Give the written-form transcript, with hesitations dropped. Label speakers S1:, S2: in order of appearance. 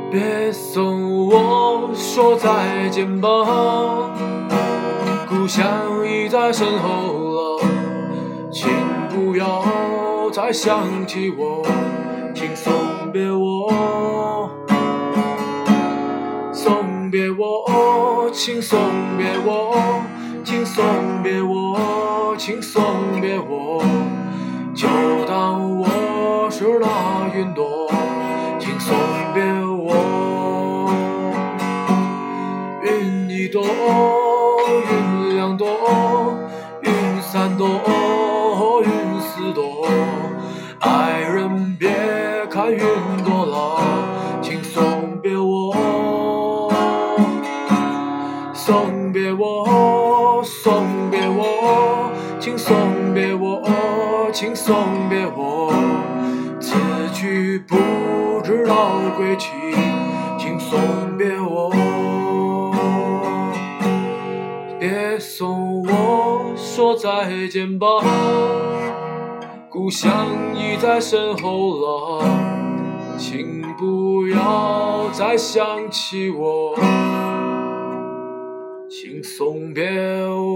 S1: 别送我说再见吧，故乡已在身后了，请不要再想起我，请送别我，送别我，请送别我，请送别我，请送别我，就当我是那云朵，请送别我。云一朵，云两朵，云三朵，云四朵，爱人别看云朵了，请送别我，送别我，送别我，请送别我，请送别我，此去不知道归期，请送别我，别送我说再见吧，故乡已在身后了，请不要再想起我，请送别我。